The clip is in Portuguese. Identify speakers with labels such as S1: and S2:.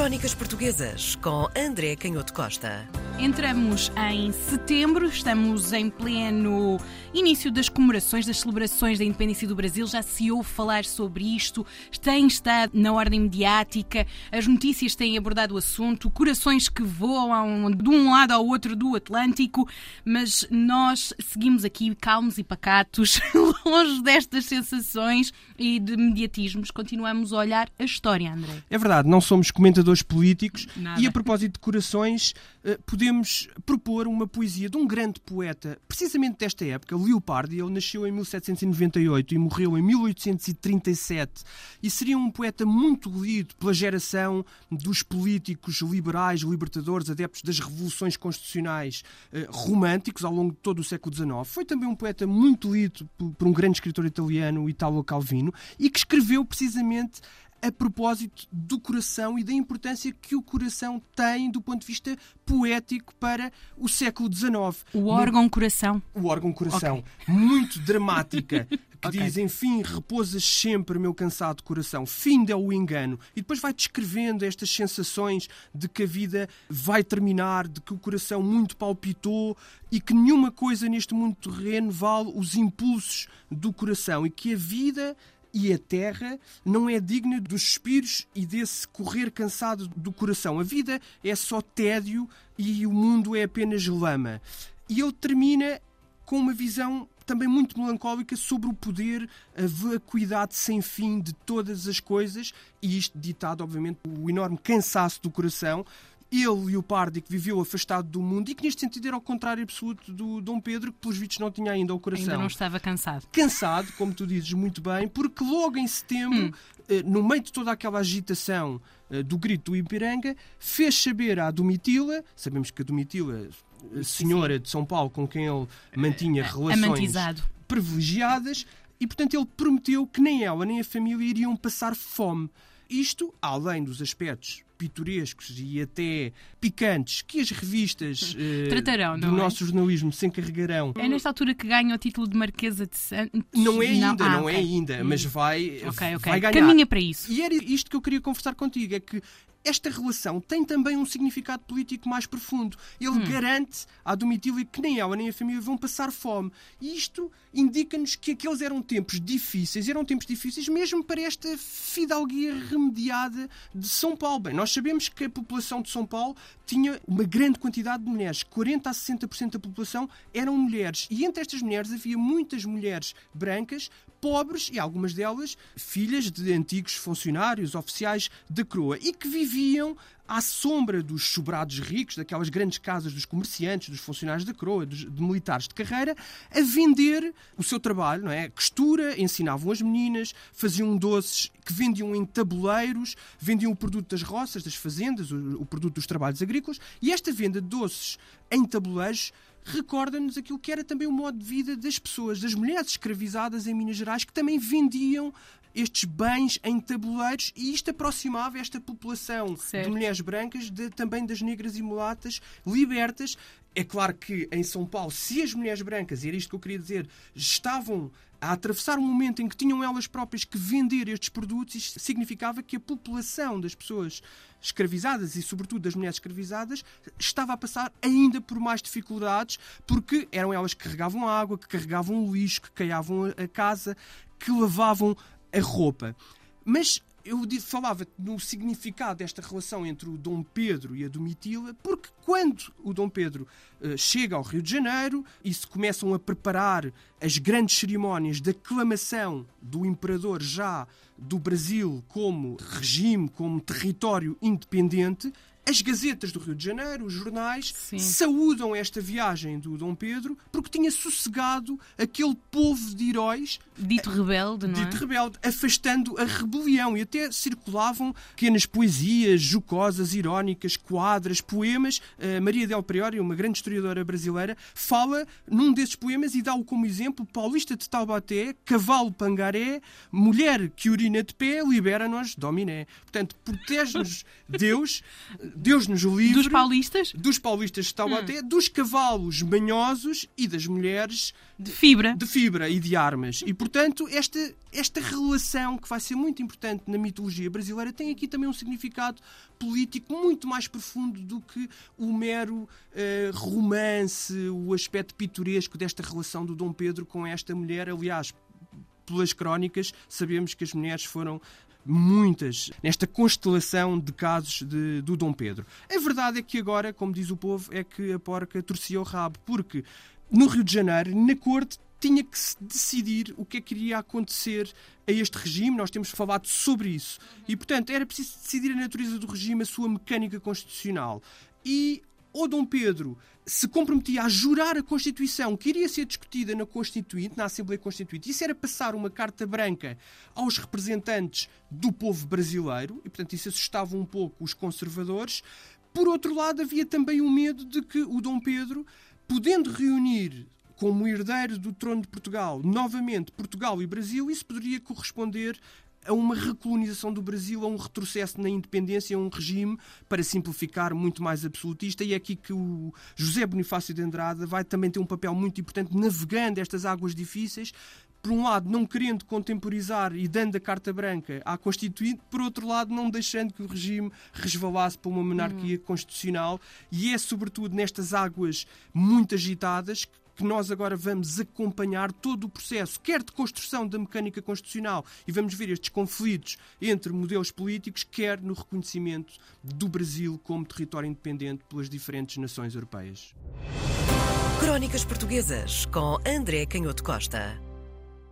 S1: Crónicas Portuguesas, com André Canhoto Costa.
S2: Entramos em setembro, estamos em pleno início das comemorações, das celebrações da independência do Brasil. Já se ouve falar sobre isto, tem estado na ordem mediática, as notícias têm abordado o assunto, corações que voam de um lado ao outro do Atlântico, mas nós seguimos aqui calmos e pacatos, longe destas sensações e de mediatismos. Continuamos a olhar a história, André.
S3: É verdade, não somos comentadores políticos.
S2: Nada.
S3: E a propósito de corações, podemos propor uma poesia de um grande poeta, precisamente desta época, Leopardi. Ele nasceu em 1798 e morreu em 1837 e seria um poeta muito lido pela geração dos políticos liberais, libertadores, adeptos das revoluções constitucionais românticos ao longo de todo o século XIX. Foi também um poeta muito lido por um grande escritor italiano, Italo Calvino, e que escreveu precisamente a propósito do coração e da importância que o coração tem do ponto de vista poético para o século XIX.
S2: O órgão coração.
S3: O órgão coração.
S2: Okay.
S3: Muito dramática. Que
S2: Okay.
S3: diz, enfim, repousas sempre, meu cansado coração. Fim é o engano. E depois vai descrevendo estas sensações de que a vida vai terminar, de que o coração muito palpitou e que nenhuma coisa neste mundo terreno vale os impulsos do coração e que a vida e a terra não é digna dos suspiros e desse correr cansado do coração. A vida é só tédio e o mundo é apenas lama. E ele termina com uma visão também muito melancólica sobre o poder, a vacuidade sem fim de todas as coisas, e isto ditado, obviamente, o enorme cansaço do coração. Ele, Leopardi, que viveu afastado do mundo e que neste sentido era ao contrário absoluto do Dom Pedro, que pelos vistos não tinha ainda o coração.
S2: Ainda não estava cansado.
S3: Cansado, como tu dizes muito bem, porque logo em setembro, no meio de toda aquela agitação do grito do Ipiranga, fez saber à Domitila, sabemos que a Domitila, a senhora de São Paulo com quem ele mantinha relações
S2: Amantizado.
S3: privilegiadas, e portanto ele prometeu que nem ela nem a família iriam passar fome. Isto, além dos aspectos pitorescos e até picantes que as revistas
S2: tratarão,
S3: do nosso jornalismo se encarregarão.
S2: É nesta altura que ganha o título de Marquesa de Santos?
S3: Não é ainda,
S2: não
S3: é ainda, mas vai ganhar.
S2: Caminha para isso.
S3: E era isto que eu queria conversar contigo, é que esta relação tem também um significado político mais profundo. Ele garante à Domitila que nem ela nem a família vão passar fome. E isto indica-nos que aqueles eram tempos difíceis mesmo para esta fidalguia remediada de São Paulo. Bem, nós sabemos que a população de São Paulo tinha uma grande quantidade de mulheres. 40% a 60% da população eram mulheres. E entre estas mulheres havia muitas mulheres brancas, pobres, e algumas delas filhas de antigos funcionários oficiais da coroa, e que viviam à sombra dos sobrados ricos, daquelas grandes casas dos comerciantes, dos funcionários da coroa, de militares de carreira, a vender o seu trabalho, não é? Costura, ensinavam as meninas, faziam doces que vendiam em tabuleiros, vendiam o produto das roças, das fazendas, o produto dos trabalhos agrícolas, e esta venda de doces em tabuleiros recorda-nos aquilo que era também o modo de vida das pessoas, das mulheres escravizadas em Minas Gerais, que também vendiam estes bens em tabuleiros, e isto aproximava esta população de mulheres brancas também das negras e mulatas libertas. É claro que em São Paulo, se as mulheres brancas, e era isto que eu queria dizer, estavam a atravessar um momento em que tinham elas próprias que vender estes produtos, isto significava que a população das pessoas escravizadas e, sobretudo, das mulheres escravizadas estava a passar ainda por mais dificuldades, porque eram elas que carregavam a água, que carregavam o lixo, que caiavam a casa, que lavavam a roupa. Mas eu falava no significado desta relação entre o Dom Pedro e a Domitila, porque quando o Dom Pedro chega ao Rio de Janeiro e se começam a preparar as grandes cerimónias de aclamação do imperador já do Brasil como regime, como território independente, as gazetas do Rio de Janeiro, os jornais, saúdam esta viagem do Dom Pedro porque tinha sossegado aquele povo de heróis
S2: dito rebelde, não é?
S3: Dito rebelde, afastando a rebelião. E até circulavam pequenas poesias jocosas, irónicas, quadras, poemas. Maria del Priori, uma grande historiadora brasileira, fala num desses poemas e dá-o como exemplo: Paulista de Taubaté, cavalo pangaré, mulher que urina de pé, libera-nos, dominé. Portanto, protege-nos Deus... Deus nos livre dos paulistas de Taubaté, dos cavalos manhosos e das mulheres
S2: de fibra
S3: e de armas. E, portanto, esta relação, que vai ser muito importante na mitologia brasileira, tem aqui também um significado político muito mais profundo do que o mero romance, o aspecto pitoresco desta relação do Dom Pedro com esta mulher. Aliás, pelas crónicas, sabemos que as mulheres foram muitas nesta constelação de casos do Dom Pedro. A verdade é que agora, como diz o povo, é que a porca torcia o rabo, porque no Rio de Janeiro, na corte, tinha que se decidir o que é que iria acontecer a este regime. Nós temos falado sobre isso. E, portanto, era preciso decidir a natureza do regime, a sua mecânica constitucional. E o Dom Pedro se comprometia a jurar a Constituição que iria ser discutida na Constituinte, na Assembleia Constituinte. Isso era passar uma carta branca aos representantes do povo brasileiro, e, portanto, isso assustava um pouco os conservadores. Por outro lado, havia também o medo de que o Dom Pedro, podendo reunir como herdeiro do trono de Portugal, novamente Portugal e Brasil, isso poderia corresponder a uma recolonização do Brasil, a um retrocesso na independência, a um regime, para simplificar, muito mais absolutista. E é aqui que o José Bonifácio de Andrada vai também ter um papel muito importante, navegando estas águas difíceis, por um lado não querendo contemporizar e dando a carta branca à Constituinte, por outro lado não deixando que o regime resvalasse para uma monarquia constitucional. E é sobretudo nestas águas muito agitadas que nós agora vamos acompanhar todo o processo, quer de construção da mecânica constitucional, e vamos ver estes conflitos entre modelos políticos, quer no reconhecimento do Brasil como território independente pelas diferentes nações europeias.
S1: Crónicas Portuguesas, com André Canhoto Costa.